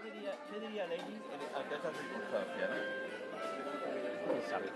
qué diría Lady ante estas circunstancias, ¿no? Quem sabe?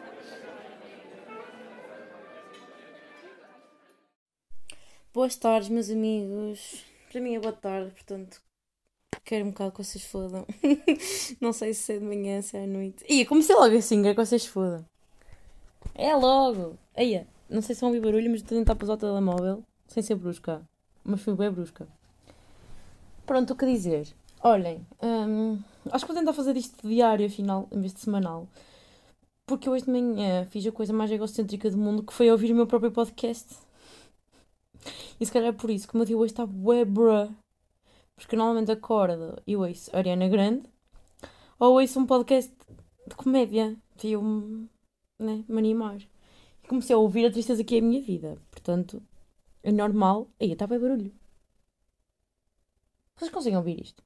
Boas tardes, meus amigos. Para mim é boa tarde, portanto, quero um bocado que vocês fodam. Não sei se é de manhã, se é à noite. Ia, comecei logo assim, quero que vocês fodam. É logo. Eia, não sei se vão ouvir barulho, mas estou a tentar pousar o telemóvel sem ser brusca. Mas fui bem brusca. Pronto, o que dizer? Olhem, acho que vou tentar fazer isto diário, afinal, em vez de semanal. Porque hoje de manhã fiz a coisa mais egocêntrica do mundo, que foi ouvir o meu próprio podcast. E se calhar é por isso que o meu dia hoje está bué bruh. Porque normalmente acordo e ouço Ariana Grande ou ouço um podcast de comédia, filme, né, me animar. E comecei a ouvir a tristeza que é a minha vida. Portanto, é normal. Aí, está bem barulho. Vocês conseguem ouvir isto?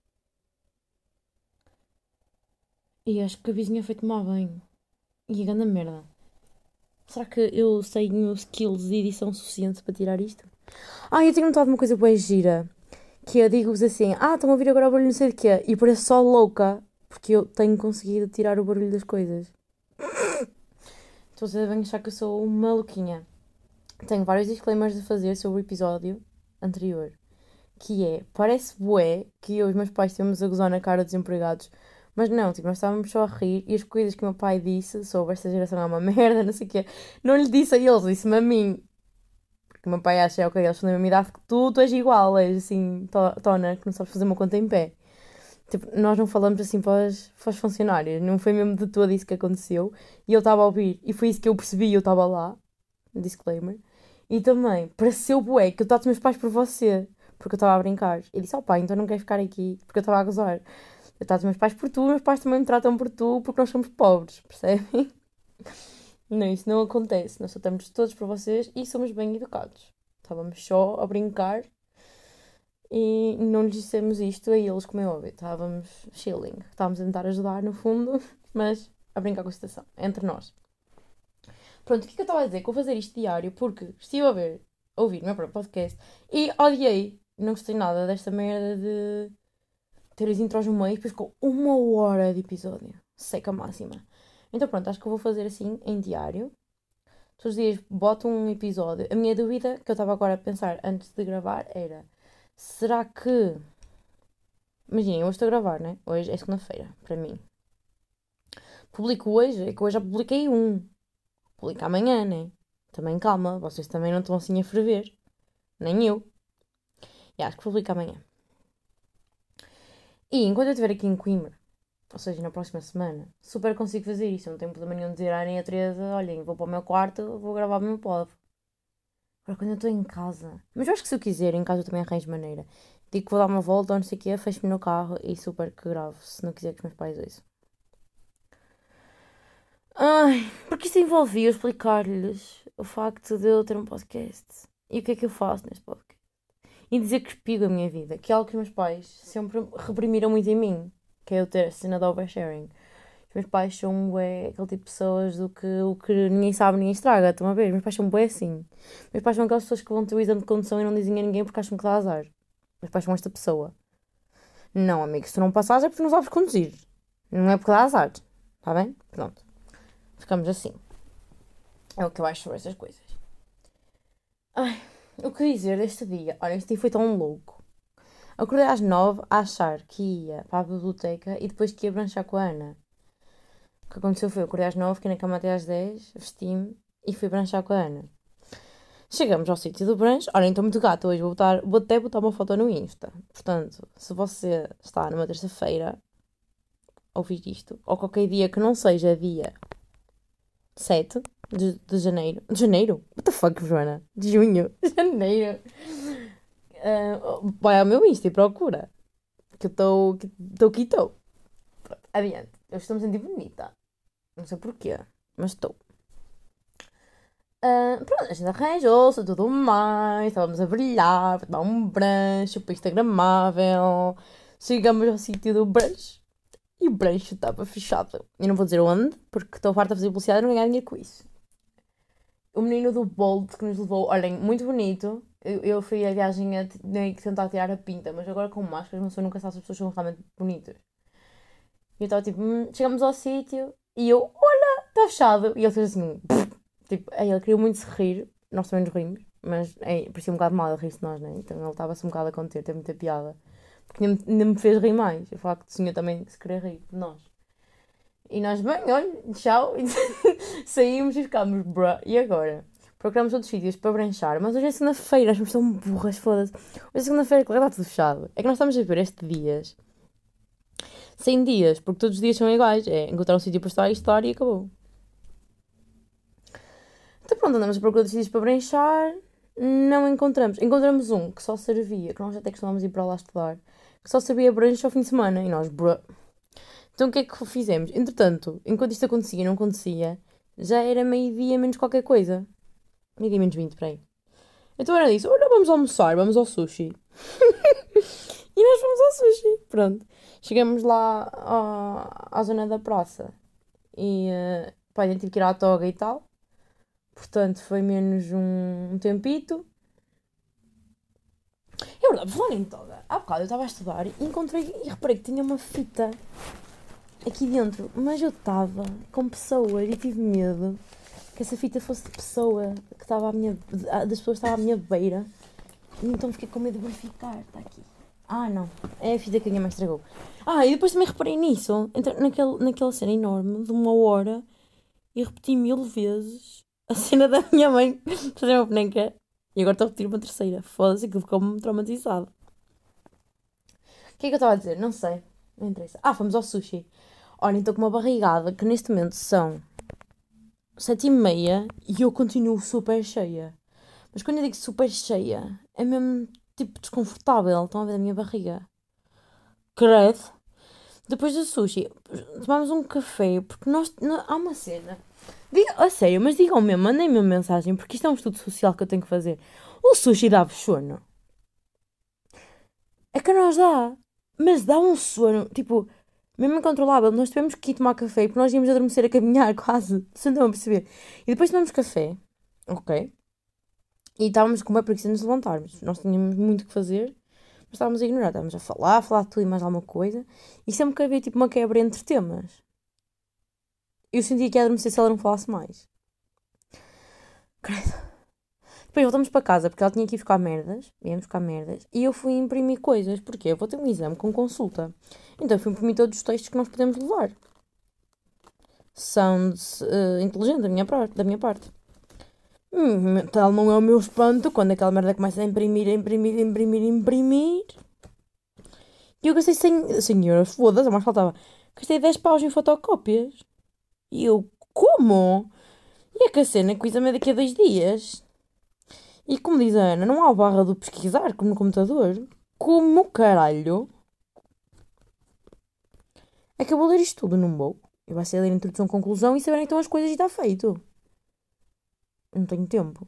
E acho que a vizinha foi tomar banho. E a grande merda. Será que eu tenho skills de edição suficiente para tirar isto? Eu tenho notado uma coisa boa gira. Que eu digo-vos assim, estão a ouvir agora o barulho não sei de quê. E parece só louca. Porque eu tenho conseguido tirar o barulho das coisas. Estou a bem achar que eu sou uma maluquinha. Tenho vários disclaimers a fazer sobre o episódio anterior. Que é, parece bué que eu e os meus pais temos a gozar na cara dos empregados. Mas não, tipo, nós estávamos só a rir e as coisas que o meu pai disse sobre esta geração é uma merda, não sei o quê. Não lhe disse a eles, disse-me a mim. Porque o meu pai acha, ok, eles são da mesma idade que tu és igual, és assim, tona, que não sabes fazer uma conta em pé. Tipo, nós não falamos assim para os funcionários, não foi mesmo de todo isso que aconteceu. E eu estava a ouvir, e foi isso que eu percebi e eu estava lá, disclaimer. E também, pareceu bué que eu trato os meus pais por você, porque eu estava a brincar. E disse, pai, então não quero ficar aqui, porque eu estava a gozar. Eu trato os meus pais por tu, meus pais também me tratam por tu, porque nós somos pobres, percebem? Não, isso não acontece. Nós tratamos todos por vocês e somos bem educados. Estávamos só a brincar e não lhes dissemos isto a eles, como é óbvio. Estávamos chilling. Estávamos a tentar ajudar, no fundo, mas a brincar com a situação. Entre nós. Pronto, o que é que eu estava a dizer? Que vou fazer isto diário porque estive a ouvir o meu próprio podcast e odiei. Não gostei nada desta merda de ter as intros no meio e depois ficou 1 hora de episódio. Seca máxima. Então pronto, acho que eu vou fazer assim em diário. Todos os dias boto um episódio. A minha dúvida, que eu estava agora a pensar antes de gravar, era... Será que... Imaginem, hoje estou a gravar, né? Hoje é segunda-feira, para mim. Publico hoje, é que hoje já publiquei um. Publico amanhã, né? Também calma, vocês também não estão assim a ferver. Nem eu. E acho que publico amanhã. E enquanto eu estiver aqui em Coimbra, ou seja, na próxima semana, super consigo fazer isso. Eu não tenho problema nenhum de dizer à Ana e a Teresa, olhem, vou para o meu quarto, vou gravar o meu pod. Agora quando eu estou em casa... Mas eu acho que se eu quiser, em casa eu também arranjo maneira. Digo que vou dar uma volta ou não sei o quê, fecho-me no carro e super que gravo, se não quiser que os meus pais ouçam. Porque isso envolvia eu explicar-lhes o facto de eu ter um podcast. E o que é que eu faço neste podcast. E dizer que espigo a minha vida, que é algo que os meus pais sempre reprimiram muito em mim. Que é eu ter a cena de oversharing. Os meus pais são bué, aquele tipo de pessoas do que o que ninguém sabe, ninguém estraga. Estão a ver? Os meus pais são bué assim. Os meus pais são aquelas pessoas que vão ter o exame de condução e não dizem a ninguém porque acham que dá azar. Os meus pais são esta pessoa. Não, amigo, se tu não passas é porque não sabes conduzir. Não é porque dá azar. Está bem? Pronto. Ficamos assim. É o que eu acho sobre essas coisas. O que dizer deste dia? Olha, este dia foi tão louco. Acordei às 9 a achar que ia para a biblioteca e depois que ia branchar com a Ana. O que aconteceu foi, eu acordei às 9, fiquei na cama até às 10, vesti-me e fui branchar com a Ana. Chegamos ao sítio do brancho. Olha, então muito gato hoje, vou até botar uma foto no Insta. Portanto, se você está numa terça-feira a ouvir isto, ou qualquer dia que não seja dia 7 de janeiro. De janeiro? What the fuck, Joana? De junho? De janeiro. Vai ao meu Insta e procura. Que eu estou aqui, estou. Adiante. Eu estou me sentir bonita. Não sei porquê, mas estou. Pronto, a gente arranjou-se, tudo mais. Estávamos a brilhar, para tomar um brancho, para instagramável. Chegamos ao sítio do brancho e o brancho estava fechado. Eu não vou dizer onde, porque estou farta de fazer publicidade e não ganhar dinheiro com isso. O menino do Bolt que nos levou, olhem, muito bonito. Eu fui a viagem a nem que tentar tirar a pinta, mas agora com máscaras, uma pessoa nunca sabe se as pessoas são realmente bonitas. E eu estava tipo, chegamos ao sítio e eu, olha, está fechado. E ele fez assim, tipo, aí ele queria muito se rir, nós também nos rimos, mas parecia um bocado mal ele rir-se de nós, né? Então ele estava-se um bocado a conter, teve muita piada. Porque ainda me fez rir mais. O facto do senhor também se querer rir de nós. E nós, bem, olha, tchau. E saímos e ficámos, bruh. E agora? Procuramos outros sítios para branchar. Mas hoje é segunda-feira, nós somos tão burras, foda-se. Hoje é segunda-feira, claro, está tudo fechado. É que nós estamos a ver este dias. 100 dias, porque todos os dias são iguais. É encontrar um sítio para estar e estar e acabou. Então pronto, andamos a procurar outros sítios para branchar. Não encontramos. Encontramos um que só servia, que nós até costumávamos ir para lá estudar, que só servia brancho ao fim de semana. E nós, bruh. Então o que é que fizemos? Entretanto, enquanto isto acontecia e não acontecia, já era meio-dia menos qualquer coisa. Meio-dia menos 20, peraí. Então era isso, olha, vamos almoçar, vamos ao sushi. E nós fomos ao sushi, pronto. Chegamos lá à zona da praça. E, pá, ainda tive que ir à toga e tal. Portanto, foi menos um tempito. É verdade, falando em toga, há bocado eu estava a estudar e encontrei e reparei que tinha uma fita aqui dentro, mas eu estava com pessoas e tive medo que essa fita fosse de pessoa que estava das pessoas que estavam à minha beira, e então fiquei com medo de verificar. Está aqui. Ah, não, é a fita que a minha mãe estragou. E depois também reparei nisso, naquela cena enorme de 1 hora, e repeti 1000 vezes a cena da minha mãe fazer uma boneca, e agora estou a repetir uma terceira. Foda-se, aquilo ficou-me traumatizado. O que é que eu estava a dizer? Não sei, não interessa. Fomos ao sushi. Olha, estou com uma barrigada que neste momento são 7h30 e eu continuo super cheia. Mas quando eu digo super cheia, é mesmo tipo desconfortável. Estão a ver a minha barriga? Credo. Depois do sushi, tomámos um café, porque há uma cena. A sério, mas digam mesmo, mandem-me uma mensagem, porque isto é um estudo social que eu tenho que fazer. O sushi dá-vos sono? É que a nós dá. Mas dá um sono, tipo, mesmo incontrolável. Nós tivemos que ir tomar café, porque nós íamos adormecer a caminhar, quase. Vocês não a perceber. E depois tomamos café, ok? E estávamos com uma preguiça de nos levantarmos. Nós tínhamos muito o que fazer, mas estávamos a ignorar. Estávamos a falar de tudo e mais alguma coisa. E sempre que havia, tipo, uma quebra entre temas, eu sentia que ia adormecer se ela não falasse mais. Credo. Depois voltamos para casa, porque ela tinha que ir buscar merdas. Íamos buscar merdas. E eu fui imprimir coisas. Porque eu vou ter um exame com consulta. Então eu fui imprimir todos os textos que nós podemos levar. Sound inteligente da minha parte. Tal não é o meu espanto quando aquela merda começa a imprimir. E eu gastei 100 euros, foda-se, mais faltava. Gastei 10 paus em fotocópias. E eu, como? E é que a cena que o exame é daqui a 2 dias. E como diz a Ana, não há barra do pesquisar como no computador. Como caralho é que eu vou ler isto tudo? Não vou. Eu vou ser ler introdução, conclusão e saber então as coisas e está feito. Não tenho tempo.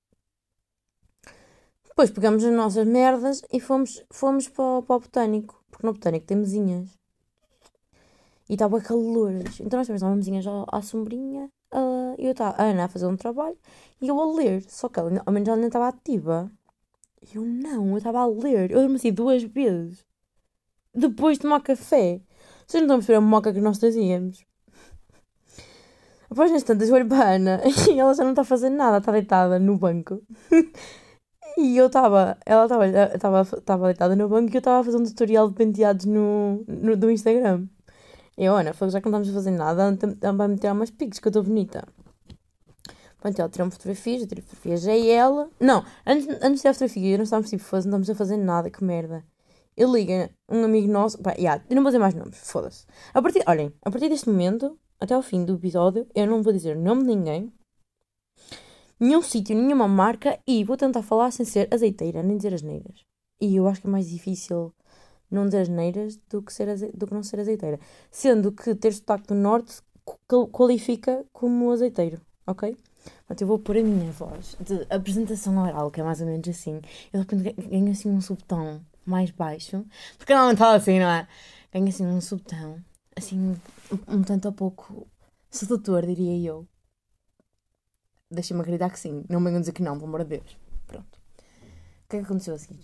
Depois pegamos as nossas merdas e fomos para o botânico. Porque no botânico tem mesinhas. E estava calor. Então nós temos uma mesinhas à sombrinha. A Ana a fazer um trabalho e eu a ler. Só que ela, ao menos ela ainda estava ativa. E eu não, eu estava a ler. Eu adormeci 2 vezes. Depois de tomar café. Vocês não estão a perceber a moca que nós trazíamos. Após nas tantas eu olho para a Ana e ela já não está a fazer nada. Está deitada no banco. E ela estava deitada no banco e eu estava a fazer um tutorial de penteados do Instagram. E eu, Ana, já que não estamos a fazer nada, ela vai-me tirar umas piques que eu estou bonita. Pronto, ela tirou-me fotografias, eu tirei fotografias a ela. Não, antes de tirar fotografias, nós estávamos tipo, não estamos a fazer nada, que merda. Eu ligo um amigo nosso, pá, eu não vou dizer mais nomes, foda-se. Olhem, a partir deste momento, até ao fim do episódio, eu não vou dizer o nome de ninguém, nenhum sítio, nenhuma marca, e vou tentar falar sem ser azeiteira, nem dizer asneiras. E eu acho que é mais difícil não dizer asneiras do que não ser azeiteira. Sendo que ter sotaque do norte qualifica como azeiteiro, ok? Portanto, eu vou pôr a minha voz de apresentação oral, que é mais ou menos assim. Eu de repente ganho assim um subtom mais baixo, porque não fala assim, não é? Ganho assim um subtom, assim, um tanto a pouco sedutor, diria eu. Deixem-me acreditar que sim, não me venham dizer que não, pelo amor de Deus. Pronto. que é que aconteceu a seguir?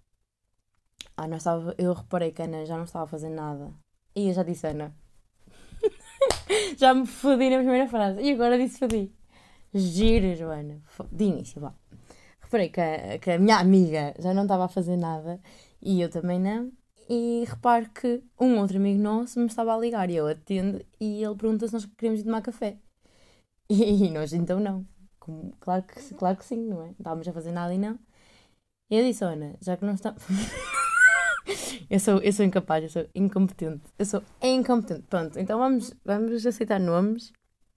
Eu reparei que a Ana já não estava a fazer nada. E eu já disse, Ana, já me fodi na primeira frase. E agora disse fodi. Gira, Joana. De início, vá. Reparei que a minha amiga já não estava a fazer nada e eu também não. E reparo que um outro amigo nosso me estava a ligar e eu atendo e ele pergunta se nós queremos ir tomar café. E nós então não. Claro que sim, não é? Não estávamos a fazer nada e não. E eu disse, Ana, já que não está. Eu sou incapaz, eu sou incompetente. Eu sou incompetente. Pronto, então vamos aceitar nomes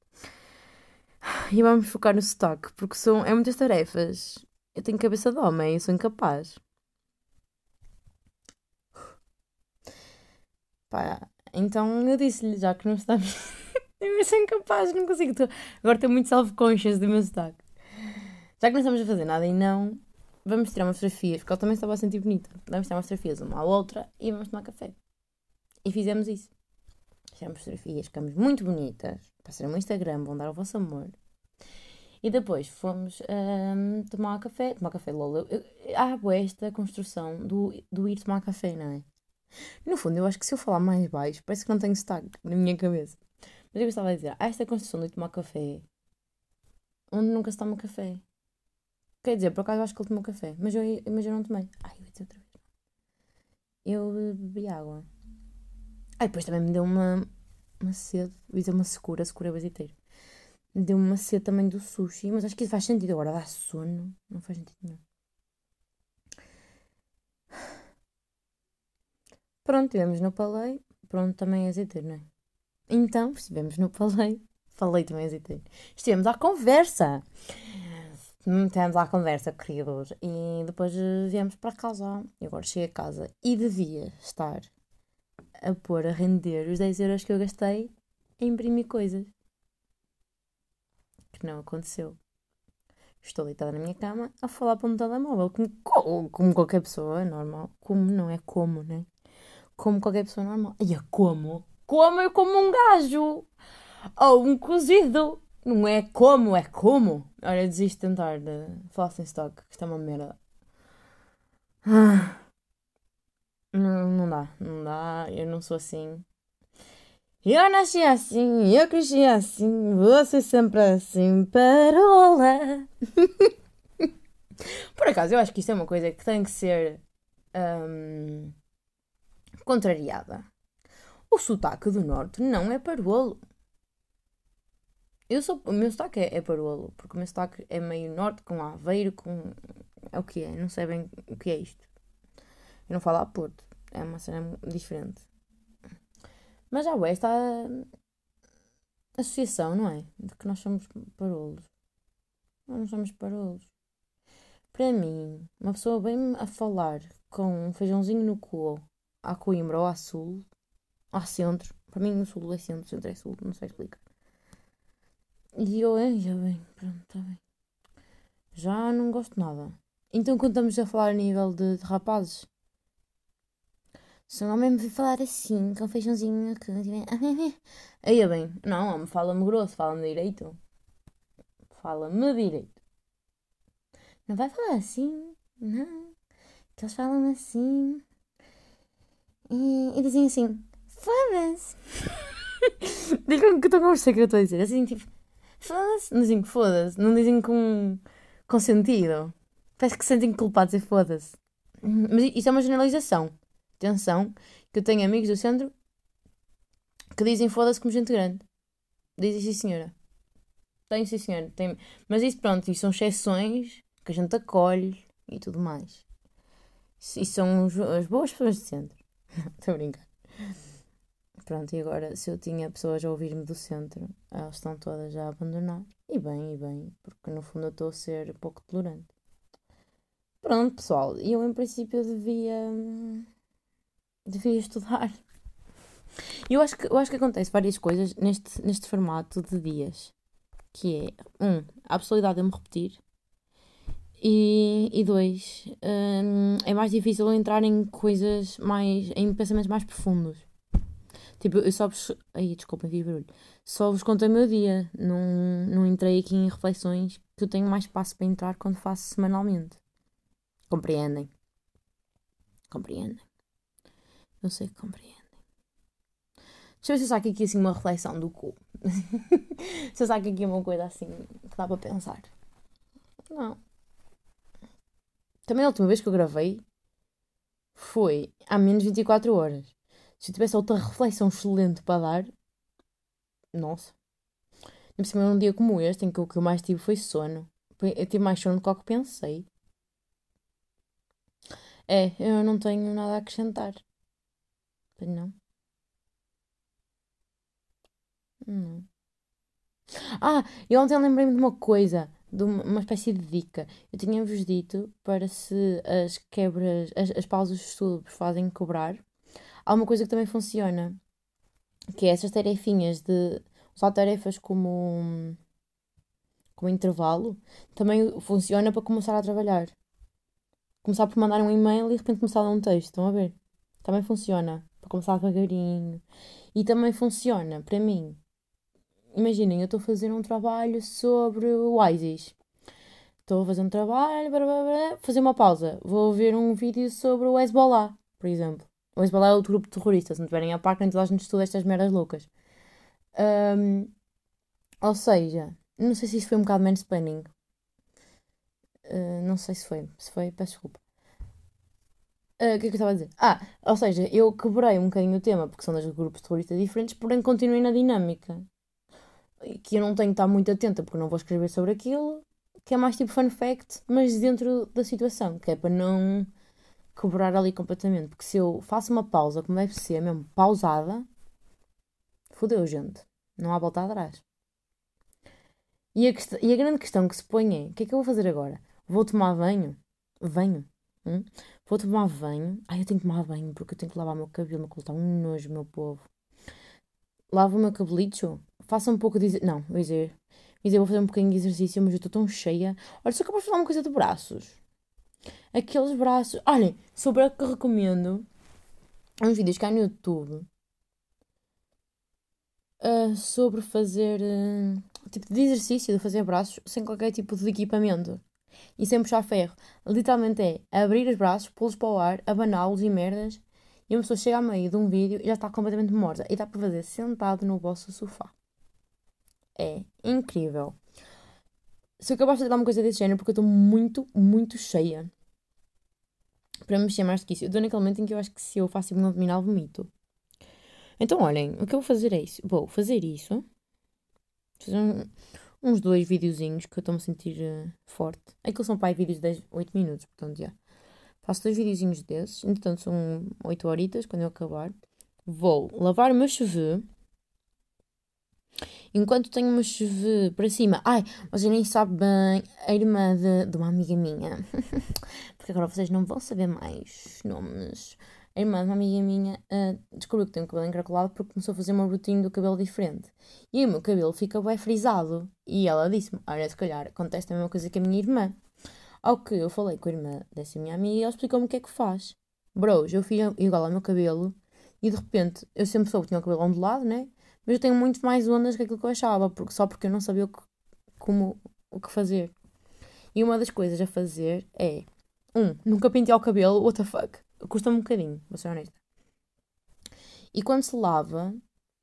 e vamos focar no sotaque, porque é muitas tarefas. Eu tenho cabeça de homem, eu sou incapaz. Pá, então eu disse-lhe, já que não estamos. Eu sou incapaz, não consigo. Agora estou muito self-conscious do meu sotaque. Já que não estamos a fazer nada e não, vamos tirar umas fotografias, porque ela também estava a sentir bonita. Vamos tirar umas fotografias uma à outra e vamos tomar café. E fizemos isso. Tiramos fotografias, ficamos muito bonitas. Para o meu Instagram, vão dar o vosso amor. E depois fomos tomar café. Tomar café, Lola. Há esta construção do ir tomar café, não é? No fundo, eu acho que se eu falar mais baixo, parece que não tenho sotaque na minha cabeça. Mas eu gostava de dizer, há esta construção de ir tomar café onde nunca se toma café. Quer dizer, por acaso eu acho que ele tomou café, mas eu não tomei. Ai, eu ia dizer outra vez. Eu bebi água. Ai, depois também me deu uma sede. Eu ia dizer uma secura é o azeiteiro. Me deu uma sede também do sushi, mas acho que isso faz sentido. Agora dá sono, não faz sentido nenhum. Pronto, estivemos no Palais. Pronto, também é azeiteiro, não é? Então, estivemos no Palais. Falei também azeiteiro. Estivemos à conversa. Tivemos lá a conversa, queridos, e depois viemos para casa. E agora cheguei a casa e devia estar a pôr a render os 10 euros que eu gastei a imprimir coisas. Que não aconteceu. Estou deitada na minha cama a falar para um telemóvel, como qualquer pessoa normal. Como não é como, né? Como qualquer pessoa normal. E eu como? Como eu como um gajo! Ou um cozido! Não é como, é como. Olha, desisto de tentar falar sem stock, que isto é uma merda. Ah, não dá, eu não sou assim. Eu nasci assim, eu cresci assim, vou ser sempre assim, parola. Por acaso, eu acho que isto é uma coisa que tem que ser contrariada. O sotaque do norte não é parolo. O meu sotaque é parolo, porque o meu sotaque é meio norte com Aveiro, com. É o que é? Não sei bem o que é isto. Eu não falo a Porto, é uma cena diferente. Mas já é esta associação, não é? De que nós somos parolos. Nós não somos parolos. Para mim, uma pessoa bem a falar com um feijãozinho no cu à Coimbra ou à Sul, ao centro. Para mim, o Sul é centro, o centro é Sul, não sei explicar. E eu, já bem, pronto, está bem. Já não gosto nada. Então, quando estamos a falar a nível de rapazes, se um homem me vir falar assim, com um feijãozinho, que aí é bem, não, homem, fala-me grosso, fala-me direito. Fala-me direito. Não vai falar assim, não. Que eles falam assim. E dizem assim, foda-se. Digam que estão a perceber o que eu estou a dizer. Assim, tipo, foda-se. Não dizem foda-se. Não dizem com sentido. Parece que se sentem culpados e foda-se. Mas isso é uma generalização. Atenção, que eu tenho amigos do centro que dizem foda-se como gente grande. Dizem sim, senhora. Tenho sim, senhora. Tenho. Mas isso, pronto, isso são exceções que a gente acolhe e tudo mais. Isso são as boas pessoas do centro. Estou a brincar. Pronto, e agora, se eu tinha pessoas a ouvir-me do centro, elas estão todas a abandonar. E bem, porque no fundo eu estou a ser pouco tolerante. Pronto, pessoal, eu em princípio devia estudar. E eu acho que acontece várias coisas neste formato de dias. Que é, a possibilidade de eu me repetir. E dois, é mais difícil eu entrar em coisas em pensamentos mais profundos. Tipo, eu só vos. Ai, desculpem, fiz barulho. Só vos contei o meu dia. Não entrei aqui em reflexões que eu tenho mais espaço para entrar quando faço semanalmente. Compreendem. Compreendem. Eu sei que compreendem. Deixa eu ver se eu saco aqui assim uma reflexão do cu. Se eu saco aqui uma coisa assim que dá para pensar. Não. Também a última vez que eu gravei foi há menos de 24 horas. Se eu tivesse outra reflexão excelente para dar, nossa. Por cima, num dia como este, em que o que eu mais tive foi sono. Eu tive mais sono do que o que pensei. Eu não tenho nada a acrescentar. Pois não. Não. E ontem lembrei-me de uma coisa, de uma espécie de dica. Eu tinha-vos dito para se as quebras, as pausas de estudo vos fazem cobrar. Há uma coisa que também funciona, que é essas tarefinhas de usar tarefas como intervalo, também funciona para começar a trabalhar. Começar por mandar um e-mail e de repente começar a dar um texto, estão a ver? Também funciona, para começar devagarinho. E também funciona, para mim. Imaginem, eu estou a fazer um trabalho sobre o ISIS. Estou a fazer um trabalho, blá, blá, blá, fazer uma pausa. Vou ver um vídeo sobre o Hezbollah, por exemplo. O Hezbollah é outro grupo terrorista, se não tiverem a par, nem toda a gente estuda estas merdas loucas. Ou seja, não sei se isso foi um bocado mansplaining. Não sei se foi. Se foi, peço desculpa. O que é que eu estava a dizer? Ou seja, eu quebrei um bocadinho o tema, porque são dois grupos terroristas diferentes, porém continuei na dinâmica. Que eu não tenho que estar muito atenta, porque não vou escrever sobre aquilo, que é mais tipo fun fact, mas dentro da situação, que é para não quebrar ali completamente. Porque se eu faço uma pausa, como deve ser, mesmo pausada, fodeu, gente. Não há volta atrás. E a grande questão que se põe é: o que é que eu vou fazer agora? Vou tomar banho? Venho. Vou tomar banho. Eu tenho que tomar banho porque eu tenho que lavar o meu cabelo. Meu cabelo está um nojo, meu povo. Lavo o meu cabelito. Faço um pouco de. Não, vou dizer. Vou fazer um bocadinho de exercício, mas eu estou tão cheia. Olha, sou capaz de falar uma coisa de braços. Aqueles braços. Olhem, sobre o que eu recomendo. Uns vídeos cá no YouTube. Sobre fazer. Tipo de exercício, de fazer braços sem qualquer tipo de equipamento. E sem puxar ferro. Literalmente é abrir os braços, pô-los para o ar, abaná-los e merdas. E uma pessoa chega a meio de um vídeo e já está completamente morta. E dá para fazer sentado no vosso sofá. É incrível. Sou capaz de fazer uma coisa desse género porque eu estou muito, muito cheia. Para me mexer mais do que isso. Eu estou naquele momento em que eu acho que se eu faço um abdominal, vomito. Então, olhem, o que eu vou fazer é isso. Vou fazer isso. Fazer uns 2 videozinhos que eu estou-me a sentir forte. Aqueles são para aí vídeos de 10, 8 minutos, portanto, já. Faço 2 videozinhos desses. Entretanto, são 8 horitas quando eu acabar. Vou lavar o meu cheveux. Enquanto tenho uma cheveux para cima. Você nem sabe bem. A irmã de uma amiga minha. Porque agora vocês não vão saber mais nomes. A irmã de uma amiga minha descobriu que tem o cabelo encaracolado porque começou a fazer uma routine do cabelo diferente. E o meu cabelo fica bem frisado. E ela disse-me: olha, se calhar acontece a mesma coisa que a minha irmã. Ao que eu falei com a irmã dessa minha amiga e ela explicou-me o que é que faz. Bros, eu fiz igual ao meu cabelo e de repente eu sempre soube que tinha o cabelo ondulado, né? Mas eu tenho muito mais ondas que aquilo que eu achava, só porque eu não sabia o que fazer. E uma das coisas a fazer é: nunca pentear o cabelo, what the fuck. Custa-me um bocadinho, vou ser honesta. E quando se lava,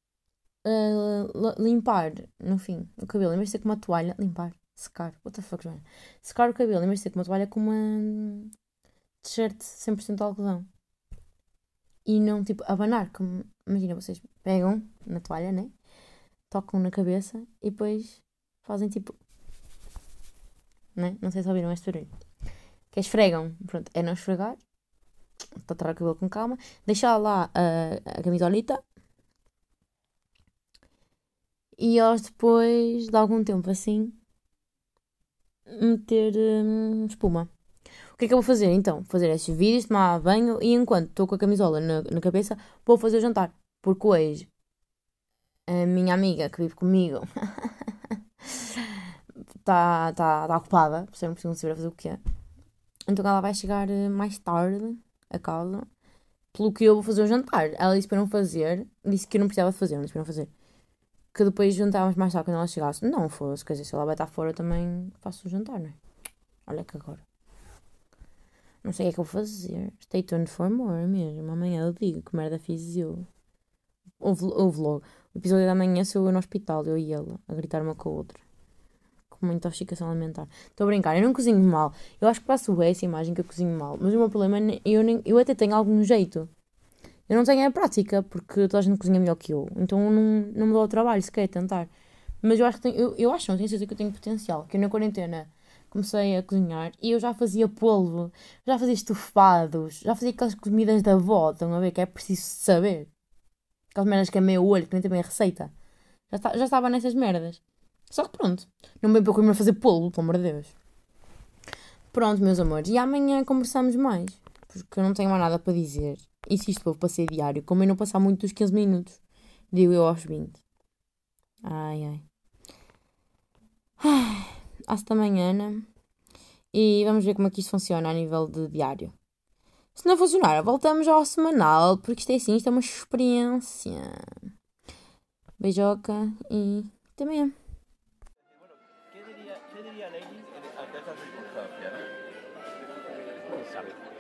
limpar, no fim, o cabelo, em vez de ser com uma toalha, limpar, secar, what the fuck, Joana? Secar o cabelo, em vez de ser com uma toalha, com uma t-shirt 100% de algodão. E não, tipo, abanar, como, imagina, vocês pegam na toalha, né? Tocam na cabeça e depois fazem tipo, né? Não sei se ouviram este barulho. Que é esfregam, pronto, é não esfregar, tratar o cabelo com calma, deixar lá a camisolita e elas depois, de algum tempo assim, meter espuma. O que é que eu vou fazer então? Fazer esses vídeos, tomar banho e enquanto estou com a camisola na cabeça, vou fazer o jantar. Porque hoje a minha amiga que vive comigo está ocupada, por ser não preciso saber fazer o que é. Então ela vai chegar mais tarde a casa, pelo que eu vou fazer o jantar. Ela disse para não fazer, disse que eu não precisava de fazer, não disse para não fazer. Que depois jantávamos mais tarde quando ela chegasse. Não, fosse, quer dizer, se ela vai estar fora eu também faço o jantar, não é? Olha que agora. Não sei o que é que eu vou fazer. Stay tuned for more mesmo. Amanhã eu digo que merda fiz eu. Houve logo. O episódio da manhã sou eu no hospital, eu e ela, a gritar uma com a outra. Com uma intoxicação alimentar. Estou a brincar, eu não cozinho mal. Eu acho que passo bem essa imagem que eu cozinho mal. Mas o meu problema é eu até tenho algum jeito. Eu não tenho a prática, porque toda a gente cozinha melhor que eu. Então não me dou o trabalho sequer tentar. Mas eu acho que eu acho, não tenho certeza que eu tenho potencial. Que eu na quarentena comecei a cozinhar e eu já fazia polvo, já fazia estofados, já fazia aquelas comidas da avó, estão a ver, que é preciso saber. Aquelas merdas que é meio olho, que nem tem bem a receita. Já estava nessas merdas. Só que pronto, não me para comer fazer polvo, pelo amor de Deus. Pronto, meus amores, e amanhã conversamos mais, porque eu não tenho mais nada para dizer. E se isto for passeio diário, como eu não passar muito dos 15 minutos, digo eu aos 20. Ai, ai. Hasta amanhã, né? E vamos ver como é que isto funciona a nível de diário. Se não funcionar, voltamos ao semanal, porque isto é assim, isto é uma experiência. Beijoca e até amanhã. Bueno, qué diría Lenin ante esta circunstancia, ¿no? ¿Quién sabe?